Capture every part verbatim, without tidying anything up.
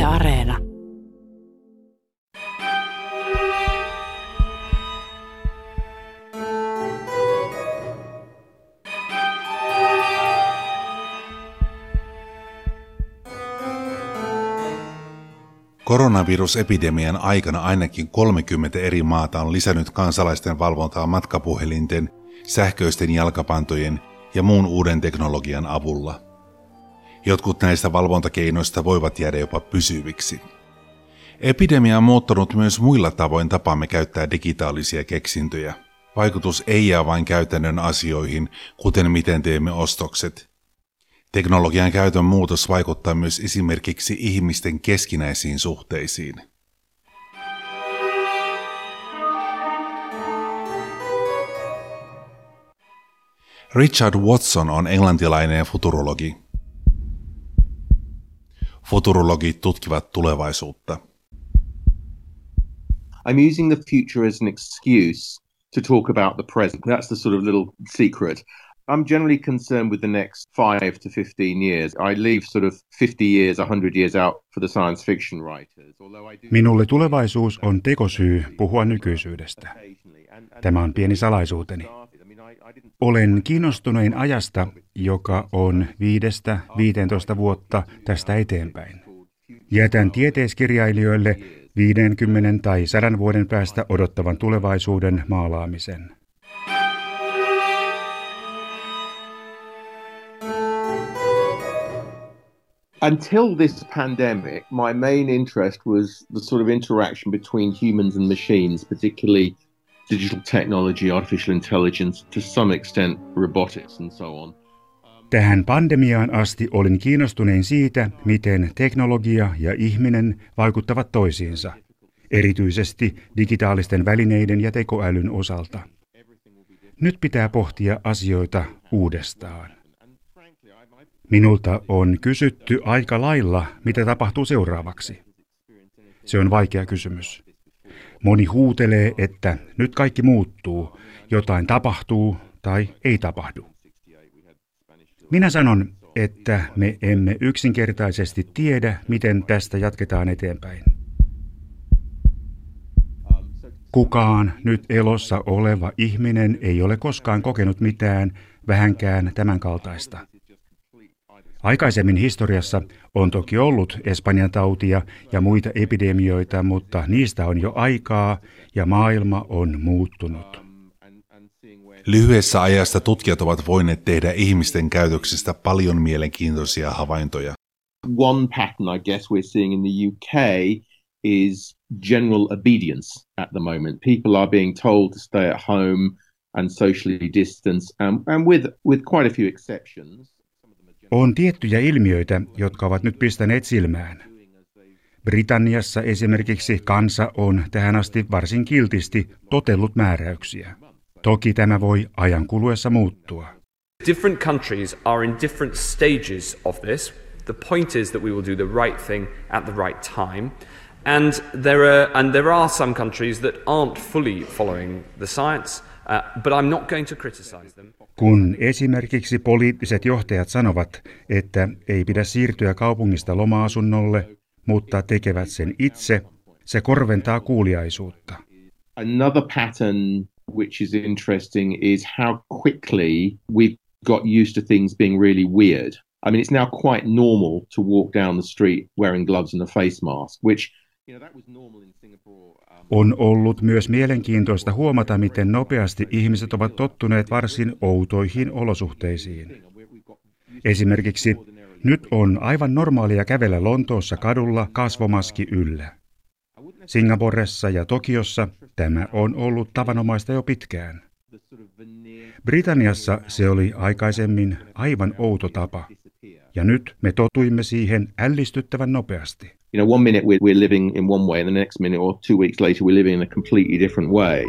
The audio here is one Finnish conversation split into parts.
Areena. Koronavirusepidemian aikana ainakin kolmekymmentä eri maata on lisännyt kansalaisten valvontaa matkapuhelinten, sähköisten jalkapantojen ja muun uuden teknologian avulla. Jotkut näistä valvontakeinoista voivat jäädä jopa pysyviksi. Epidemia on muuttanut myös muilla tavoin tapamme käyttää digitaalisia keksintöjä. Vaikutus ei jää vain käytännön asioihin, kuten miten teemme ostokset. Teknologian käytön muutos vaikuttaa myös esimerkiksi ihmisten keskinäisiin suhteisiin. Richard Watson on englantilainen futurologi. Futurologit tutkivat tulevaisuutta. I'm using the future as an excuse to talk about the present. That's the sort of little secret. I'm generally concerned with the next five to fifteen years. I leave sort of fifty years, one hundred years out for the science fiction writers. Minulle tulevaisuus on tekosyy puhua nykyisyydestä. Tämä on pieni salaisuuteni. Olen kiinnostunein ajasta, joka on viidestä viiteentoista vuotta tästä eteenpäin. Jätän tieteiskirjailijoille viidenkymmenen tai sadan vuoden päästä odottavan tulevaisuuden maalaamisen. Until this pandemic, my main interest was the sort of interaction between humans and machines, particularly digital technology, artificial intelligence, to some extent robotics and so on. Tähän pandemiaan asti olin kiinnostunein siitä, miten teknologia ja ihminen vaikuttavat toisiinsa, erityisesti digitaalisten välineiden ja tekoälyn osalta. Nyt pitää pohtia asioita uudestaan. Minulta on kysytty aika lailla, mitä tapahtuu seuraavaksi. Se on vaikea kysymys. Moni huutelee, että nyt kaikki muuttuu, jotain tapahtuu tai ei tapahdu. Minä sanon, että me emme yksinkertaisesti tiedä, miten tästä jatketaan eteenpäin. Kukaan nyt elossa oleva ihminen ei ole koskaan kokenut mitään vähänkään tämän kaltaista. Aikaisemmin historiassa on toki ollut Espanjan tautia ja muita epidemioita, mutta niistä on jo aikaa ja maailma on muuttunut. Lyhyessä ajassa tutkijat ovat voineet tehdä ihmisten käytöksestä paljon mielenkiintoisia havaintoja. One pattern I guess we're seeing in the U K is general obedience at the moment. People are being told to stay at home and socially distance, and, and with, with quite a few exceptions. On tiettyjä ilmiöitä, jotka ovat nyt pistäneet silmään. Britanniassa esimerkiksi kansa on tähän asti varsin kiltisti totellut määräyksiä. Toki tämä voi ajan kuluessa muuttua. Different countries are in different stages of this. The point is that we will do the right thing at the right time. And there are and there are some countries that aren't fully following the science. Uh, but I'm not going to criticize them. Kun esimerkiksi poliittiset johtajat sanovat, että ei pidä siirtyä kaupungista loma-asunnolle, mutta tekevät sen itse, se korventaa kuuliaisuutta. Another pattern which is interesting is how quickly we've got used to things being really weird. I mean, it's now quite normal to walk down the street wearing gloves and a face mask, which you know that was normal in Singapore. On ollut myös mielenkiintoista huomata, miten nopeasti ihmiset ovat tottuneet varsin outoihin olosuhteisiin. Esimerkiksi nyt on aivan normaalia kävellä Lontoossa kadulla kasvomaski yllä. Singaporessa ja Tokiossa tämä on ollut tavanomaista jo pitkään. Britanniassa se oli aikaisemmin aivan outo tapa, ja nyt me totuimme siihen ällistyttävän nopeasti. You know, one minute we're, we're living in one way and the next minute or two weeks later we're living in a completely different way.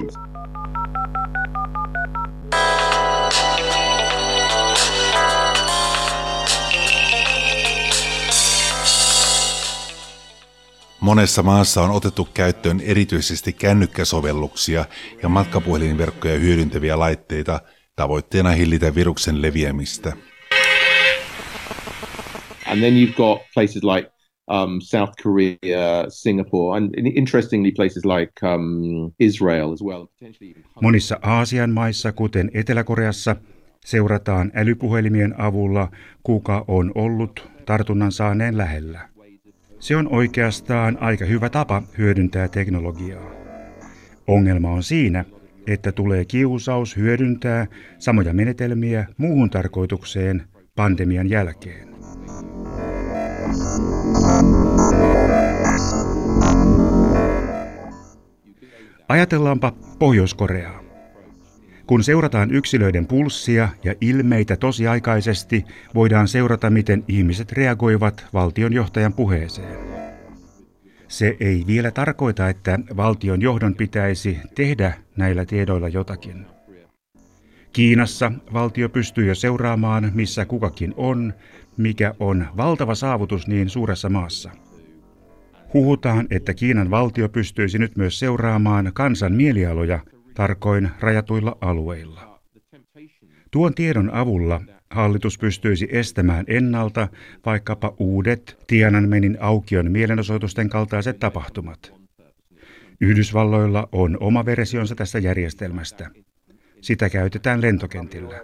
Monessa maassa on otettu käyttöön erityisesti kännykkäsovelluksia ja matkapuhelinverkkoja hyödyntäviä laitteita tavoitteena hillitä viruksen leviämistä. And then you've got places like um, South Korea, Singapore, and interestingly places like um, Israel as well. Monissa Aasian maissa, kuten Etelä-Koreassa, seurataan älypuhelimien avulla, kuka on ollut tartunnan saaneen lähellä. Se on oikeastaan aika hyvä tapa hyödyntää teknologiaa. Ongelma on siinä, että tulee kiusaus hyödyntää samoja menetelmiä muuhun tarkoitukseen pandemian jälkeen. Ajatellaanpa Pohjois-Koreaa. Kun seurataan yksilöiden pulssia ja ilmeitä tosiaikaisesti, voidaan seurata, miten ihmiset reagoivat valtionjohtajan puheeseen. Se ei vielä tarkoita, että valtion johdon pitäisi tehdä näillä tiedoilla jotakin. Kiinassa valtio pystyy jo seuraamaan, missä kukakin on, mikä on valtava saavutus niin suuressa maassa. Huhutaan, että Kiinan valtio pystyisi nyt myös seuraamaan kansan mielialoja tarkoin rajatuilla alueilla. Tuon tiedon avulla hallitus pystyisi estämään ennalta vaikkapa uudet Tiananmenin aukion mielenosoitusten kaltaiset tapahtumat. Yhdysvalloilla on oma versionsa tästä järjestelmästä. Sitä käytetään lentokentillä.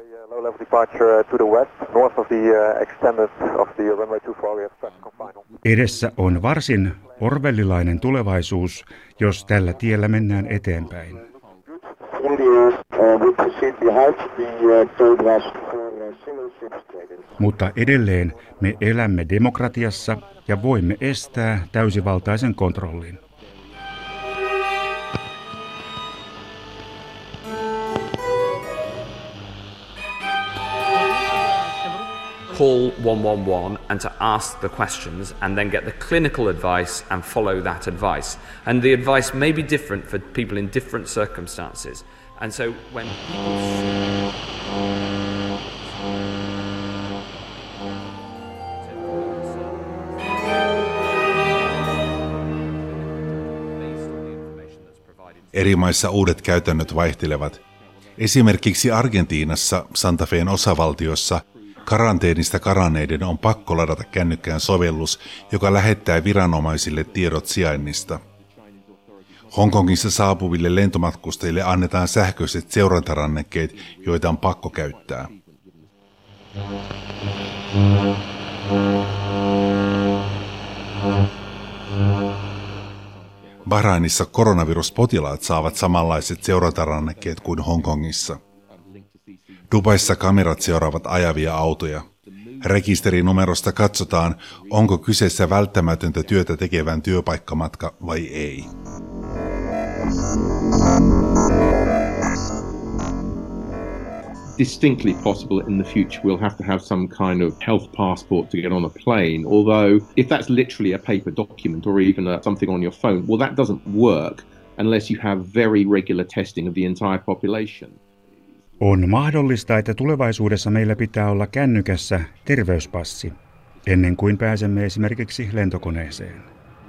Edessä on varsin orwellilainen tulevaisuus, jos tällä tiellä mennään eteenpäin. Mutta edelleen me elämme demokratiassa ja voimme estää täysivaltaisen kontrollin. Call one one one and to ask the questions and then get the clinical advice and follow that advice. And the advice may be different for people in different circumstances. And so when people... Eri maissa uudet käytännöt vaihtelevat. Esimerkiksi Argentiinassa, Santa Feen osavaltiossa, karanteenista karanneiden on pakko ladata kännykkään sovellus, joka lähettää viranomaisille tiedot sijainnista. Hongkongissa saapuville lentomatkustajille annetaan sähköiset seurantarannekkeet, joita on pakko käyttää. Bahrainissa koronaviruspotilaat saavat samanlaiset seurantarannekkeet kuin Hongkongissa. Dubaissa kamerat seuraavat ajavia autoja. Rekisterinumerosta katsotaan, onko kyseessä välttämätöntä työtä tekevän työpaikkamatka vai ei. Distinctly possible in the future we'll have to have some kind of health passport to get on a plane, although if that's literally a paper document or even a, something on your phone, well that doesn't work unless you have very regular testing of the entire population. On mahdollista, että tulevaisuudessa meillä pitää olla kännykässä terveyspassi, ennen kuin pääsemme esimerkiksi lentokoneeseen.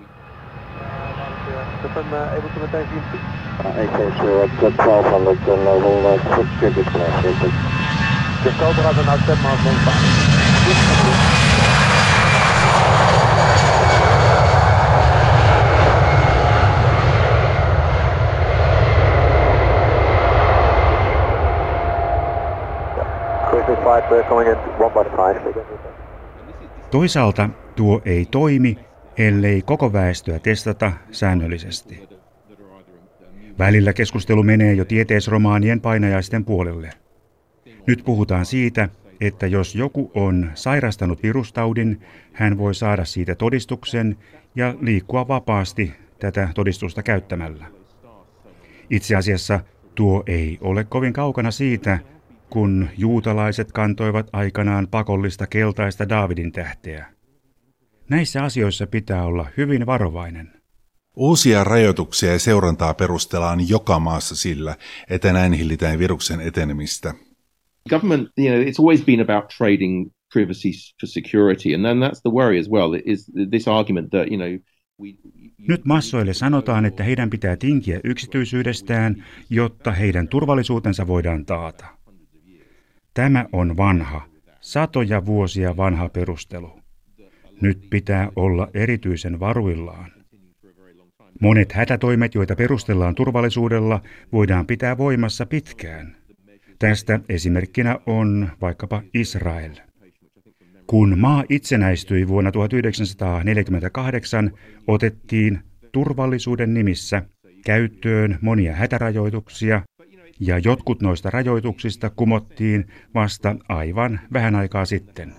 Toisaalta tuo ei toimi, ellei koko väestöä testata säännöllisesti. Välillä keskustelu menee jo tieteisromaanien painajaisten puolelle. Nyt puhutaan siitä, että jos joku on sairastanut virustaudin, hän voi saada siitä todistuksen ja liikkua vapaasti tätä todistusta käyttämällä. Itse asiassa tuo ei ole kovin kaukana siitä, kun juutalaiset kantoivat aikanaan pakollista keltaista Daavidin tähteä. Näissä asioissa pitää olla hyvin varovainen. Uusia rajoituksia ja seurantaa perustellaan joka maassa sillä, että näin hillitään viruksen etenemistä. Government, you know, it's always been about trading privacy for security, and then that's the worry as well. Is this argument that, you know, we... Nyt massoille sanotaan, että heidän pitää tinkiä yksityisyydestään, jotta heidän turvallisuutensa voidaan taata. Tämä on vanha, satoja vuosia vanha perustelu. Nyt pitää olla erityisen varuillaan. Monet hätätoimet, joita perustellaan turvallisuudella, voidaan pitää voimassa pitkään. Tästä esimerkkinä on vaikkapa Israel. Kun maa itsenäistyi vuonna tuhatyhdeksänsataaneljäkymmentäkahdeksan, otettiin turvallisuuden nimissä käyttöön monia hätärajoituksia, ja jotkut noista rajoituksista kumottiin vasta aivan vähän aikaa sitten.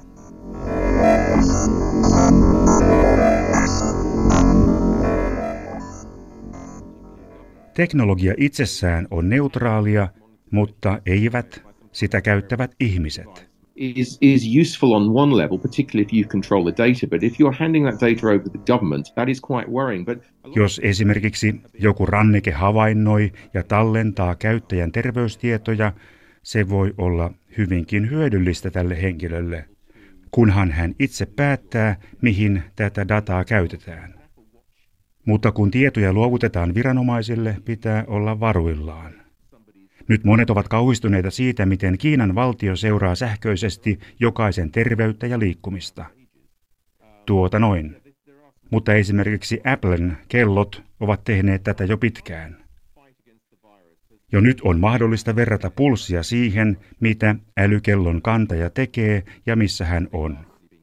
Teknologia itsessään on neutraalia, mutta eivät sitä käyttävät ihmiset. Is, is useful on one level, particularly if you control the data, but if you're handing that data over to the government, that is quite worrying. But jos esimerkiksi joku ranneke havainnoi ja tallentaa käyttäjän terveystietoja, se voi olla hyvinkin hyödyllistä tälle henkilölle, kunhan hän itse päättää, mihin tätä dataa käytetään. Mutta kun tietoja luovutetaan viranomaisille, pitää olla varuillaan. Nyt monet ovat kauhistuneita siitä, miten Kiinan valtio seuraa sähköisesti jokaisen terveyttä ja liikkumista. Tuota noin. Mutta esimerkiksi Applen kellot ovat tehneet tätä jo pitkään. Jo nyt on mahdollista verrata pulssia siihen, mitä älykellon kantaja tekee ja missä hän on.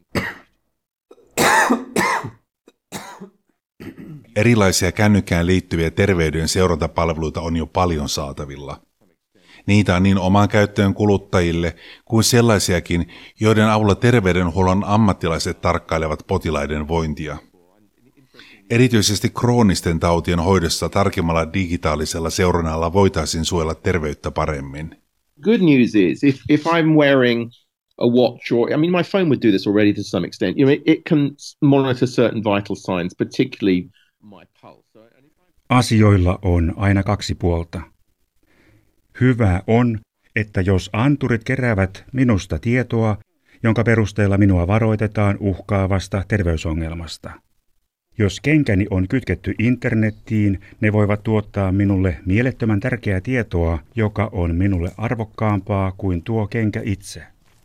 Erilaisia kännykkään liittyviä terveyden seurantapalveluita on jo paljon saatavilla. Niitä on niin omaan käyttöön kuluttajille kuin sellaisiakin, joiden avulla terveydenhuollon ammattilaiset tarkkailevat potilaiden vointia. Erityisesti kroonisten tautien hoidossa tarkemmalla digitaalisella seurannalla voitaisiin suojella terveyttä paremmin. Good news is, if, if I'm wearing a watch, or I mean, my phone would do this already to some extent. You know, it, it can monitor certain vital signs, particularly my pulse. Asioilla on aina kaksi puolta. Hyvä on, että jos anturit keräävät minusta tietoa, jonka perusteella minua varoitetaan uhkaavasta terveysongelmasta. Jos kenkäni on kytketty internettiin, ne voivat tuottaa minulle mielettömän tärkeää tietoa, joka on minulle arvokkaampaa kuin tuo kenkä itse.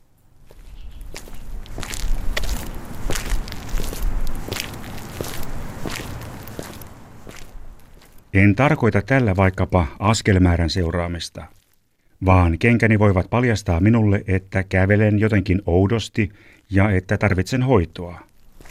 En tarkoita tällä vaikkapa askelmäärän seuraamista, vaan kenkäni voivat paljastaa minulle, että kävelen jotenkin oudosti ja että tarvitsen hoitoa.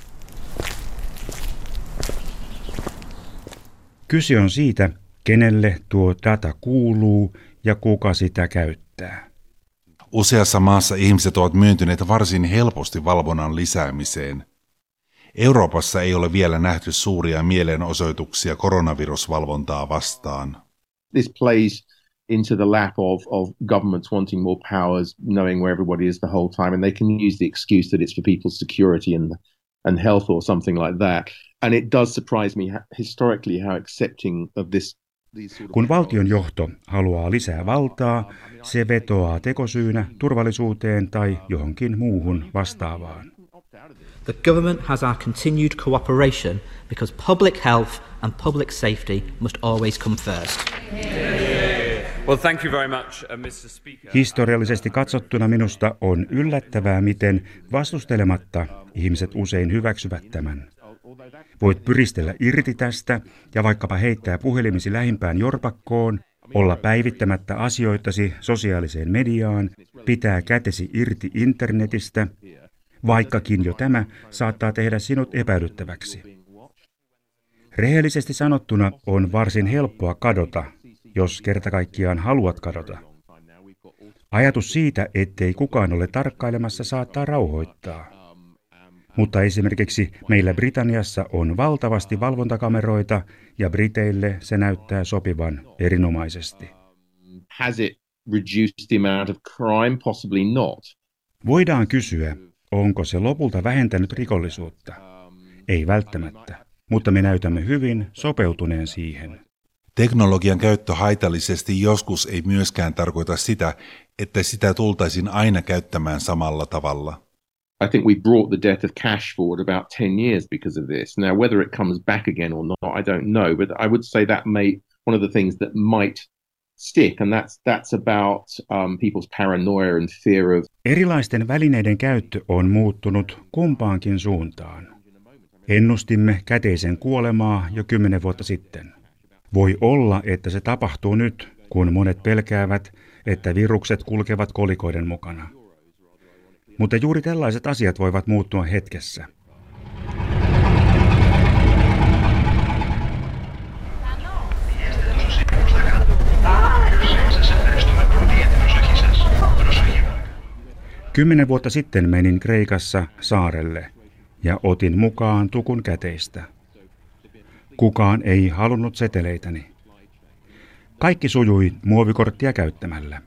Kyse on siitä, kenelle tuo data kuuluu ja kuka sitä käyttää. Useassa maassa ihmiset ovat myöntyneet varsin helposti valvonnan lisäämiseen. Euroopassa ei ole vielä nähty suuria mielenosoituksia koronavirusvalvontaa vastaan. This plays into the lap of, of governments wanting more powers, knowing where everybody is the whole time, and they can use the excuse that it's for people's security and and health or something like that. And it does surprise me historically how accepting of this. Kun valtion johto haluaa lisää valtaa, se vetoaa tekosyynä turvallisuuteen tai johonkin muuhun vastaavaan. The government has our continued cooperation because public health and public safety must always come first. Well, thank you very much, uh, mister Speaker. Historiallisesti katsottuna minusta on yllättävää, miten vastustelematta ihmiset usein hyväksyvät tämän. Voit pyristellä irti tästä ja vaikkapa heittää puhelimesi lähimpään jorpakkoon, olla päivittämättä asioitasi sosiaaliseen mediaan, pitää kätesi irti internetistä, vaikkakin jo tämä saattaa tehdä sinut epäilyttäväksi. Rehellisesti sanottuna on varsin helppoa kadota, jos kerta kaikkiaan haluat kadota. Ajatus siitä, ettei kukaan ole tarkkailemassa, saattaa rauhoittaa. Mutta esimerkiksi meillä Britanniassa on valtavasti valvontakameroita ja Briteille se näyttää sopivan erinomaisesti. Has it reduced the amount of crime? Possibly not. Voidaan kysyä, onko se lopulta vähentänyt rikollisuutta? Ei välttämättä, mutta me näytämme hyvin sopeutuneen siihen. Teknologian käyttö haitallisesti joskus ei myöskään tarkoita sitä, että sitä tultaisiin aina käyttämään samalla tavalla. I think we brought the death of cash forward about ten years because of this. Now, whether it comes back again or not, I don't know. But I would say that may one of the things that might stick, and that's that's about um, people's paranoia and fear of. Erilaisten välineiden käyttö on muuttunut kumpaankin suuntaan. Ennustimme käteisen kuolemaa jo kymmenen vuotta sitten. Voi olla, että se tapahtuu nyt, kun monet pelkäävät, että virukset kulkevat kolikoiden mukana. Mutta juuri tällaiset asiat voivat muuttua hetkessä. Kymmenen vuotta sitten menin Kreikassa saarelle ja otin mukaan tukun käteistä. Kukaan ei halunnut seteleitäni. Kaikki sujui muovikorttia käyttämällä.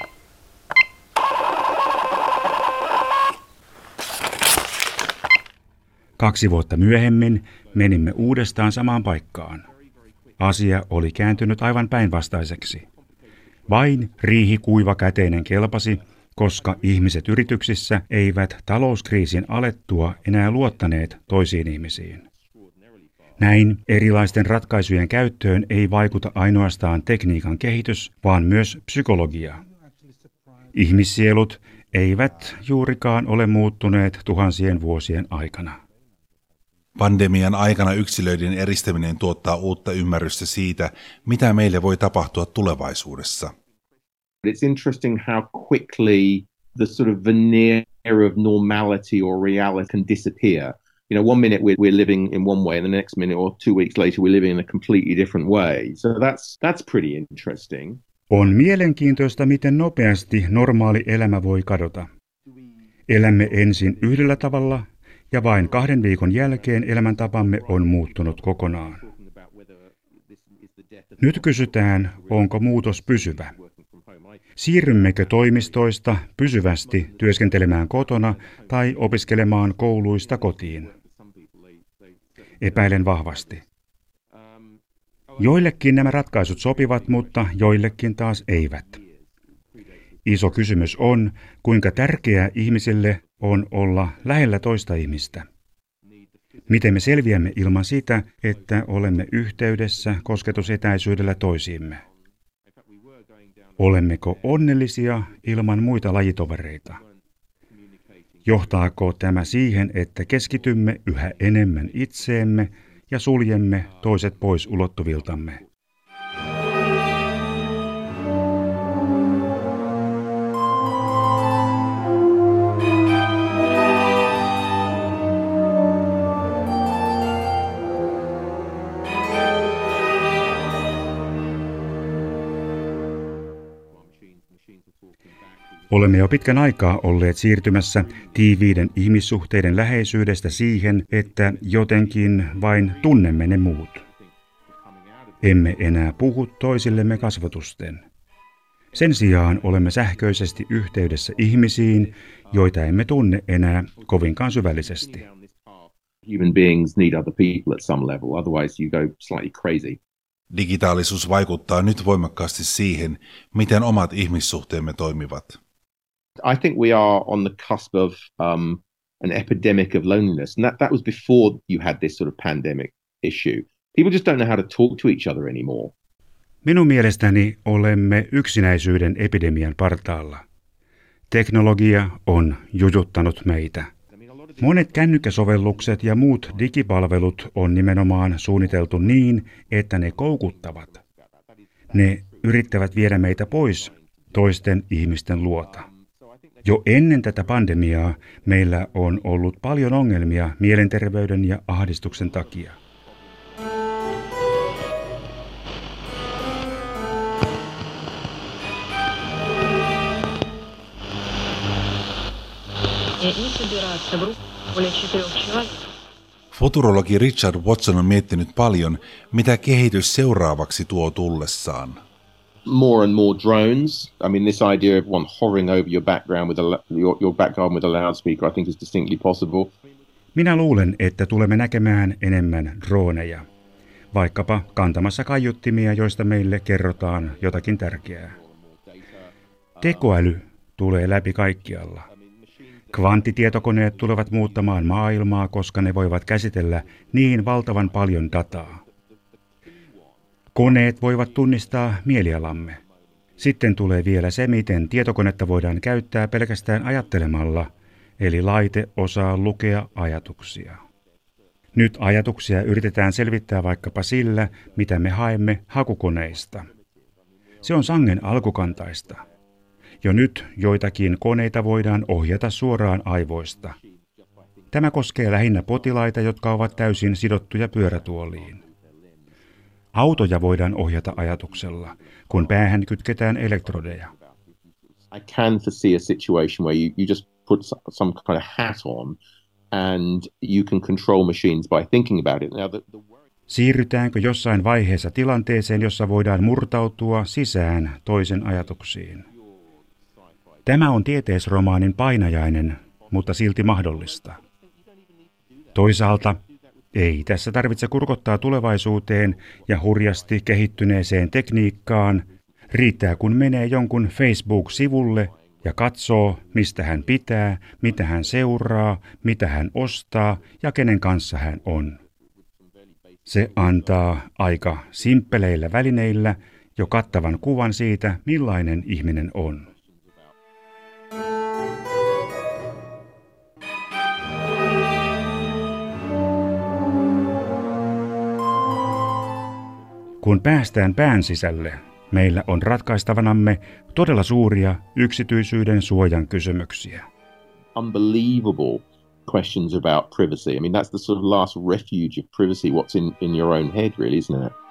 Kaksi vuotta myöhemmin menimme uudestaan samaan paikkaan. Asia oli kääntynyt aivan päinvastaiseksi. Vain riihikuiva käteinen kelpasi, koska ihmiset yrityksissä eivät talouskriisin alettua enää luottaneet toisiin ihmisiin. Näin erilaisten ratkaisujen käyttöön ei vaikuta ainoastaan tekniikan kehitys, vaan myös psykologia. Ihmissielut eivät juurikaan ole muuttuneet tuhansien vuosien aikana. Pandemian aikana yksilöiden eristäminen tuottaa uutta ymmärrystä siitä, mitä meille voi tapahtua tulevaisuudessa. It's interesting how quickly the sort of veneer of normality or reality can disappear. You know, one minute we're, we're living in one way, and the next minute or two weeks later we're living in a completely different way. So that's that's pretty interesting. On mielenkiintoista, miten nopeasti normaali elämä voi kadota. Elämme ensin yhdellä tavalla, ja vain kahden viikon jälkeen elämäntapamme on muuttunut kokonaan. Nyt kysytään, onko muutos pysyvä? Siirrymmekö toimistoista pysyvästi työskentelemään kotona tai opiskelemaan kouluista kotiin? Epäilen vahvasti. Joillekin nämä ratkaisut sopivat, mutta joillekin taas eivät. Iso kysymys on, kuinka tärkeää ihmisille on olla lähellä toista ihmistä. Miten me selviämme ilman sitä, että olemme yhteydessä kosketusetäisyydellä toisiimme? Olemmeko onnellisia ilman muita lajitovereita? Johtaako tämä siihen, että keskitymme yhä enemmän itseemme ja suljemme toiset pois ulottuviltamme? Olemme jo pitkän aikaa olleet siirtymässä tiiviiden ihmissuhteiden läheisyydestä siihen, että jotenkin vain tunnemme ne muut. Emme enää puhu toisillemme kasvotusten. Sen sijaan olemme sähköisesti yhteydessä ihmisiin, joita emme tunne enää kovinkaan syvällisesti. Human beings need other people at some level, otherwise you go slightly crazy. Digitaalisuus vaikuttaa nyt voimakkaasti siihen, miten omat ihmissuhteemme toimivat. I think we are on the cusp of um, an epidemic of loneliness. And that, that was before you had this sort of pandemic issue. People just don't know how to talk to each other anymore. Minun mielestäni olemme yksinäisyyden epidemian partaalla. Teknologia on jujuttanut meitä. Monet kännykkäsovellukset ja muut digipalvelut on nimenomaan suunniteltu niin, että ne koukuttavat. Ne yrittävät viedä meitä pois toisten ihmisten luota. Jo ennen tätä pandemiaa meillä on ollut paljon ongelmia mielenterveyden ja ahdistuksen takia. Futurologi Richard Watson on miettinyt paljon, mitä kehitys seuraavaksi tuo tullessaan. More and more drones. I mean, this idea of one hovering over your background with a your, your background with a loudspeaker, I think is distinctly possible. Minä luulen, että tulemme näkemään enemmän drooneja, vaikkapa kantamassa kaiuttimia, joista meille kerrotaan jotakin tärkeää. Tekoäly tulee läpi kaikkialla. Kvanttitietokoneet tulevat muuttamaan maailmaa, koska ne voivat käsitellä niin valtavan paljon dataa. Koneet voivat tunnistaa mielialamme. Sitten tulee vielä se, miten tietokonetta voidaan käyttää pelkästään ajattelemalla, eli laite osaa lukea ajatuksia. Nyt ajatuksia yritetään selvittää vaikkapa sillä, mitä me haemme hakukoneista. Se on sangen alkukantaista. Jo nyt joitakin koneita voidaan ohjata suoraan aivoista. Tämä koskee lähinnä potilaita, jotka ovat täysin sidottuja pyörätuoliin. Autoja voidaan ohjata ajatuksella, kun päähän kytketään elektrodeja. I can foresee a situation where you, you just put some kind of hat on and you can control machines by thinking about it. Now, the, the... Siirrytäänkö jossain vaiheessa tilanteeseen, jossa voidaan murtautua sisään toisen ajatuksiin? Tämä on tieteisromaanin painajainen, mutta silti mahdollista. Toisaalta ei tässä tarvitse kurkottaa tulevaisuuteen ja hurjasti kehittyneeseen tekniikkaan. Riittää kun menee jonkun Facebook-sivulle ja katsoo, mistä hän pitää, mitä hän seuraa, mitä hän ostaa ja kenen kanssa hän on. Se antaa aika simppeleillä välineillä jo kattavan kuvan siitä, millainen ihminen on. Kun päästään pään sisälle, meillä on ratkaistavanamme todella suuria yksityisyyden suojan kysymyksiä. Unbelievable questions about privacy. I mean, that's the sort of last refuge of privacy, what's in, in your own head, really, isn't it?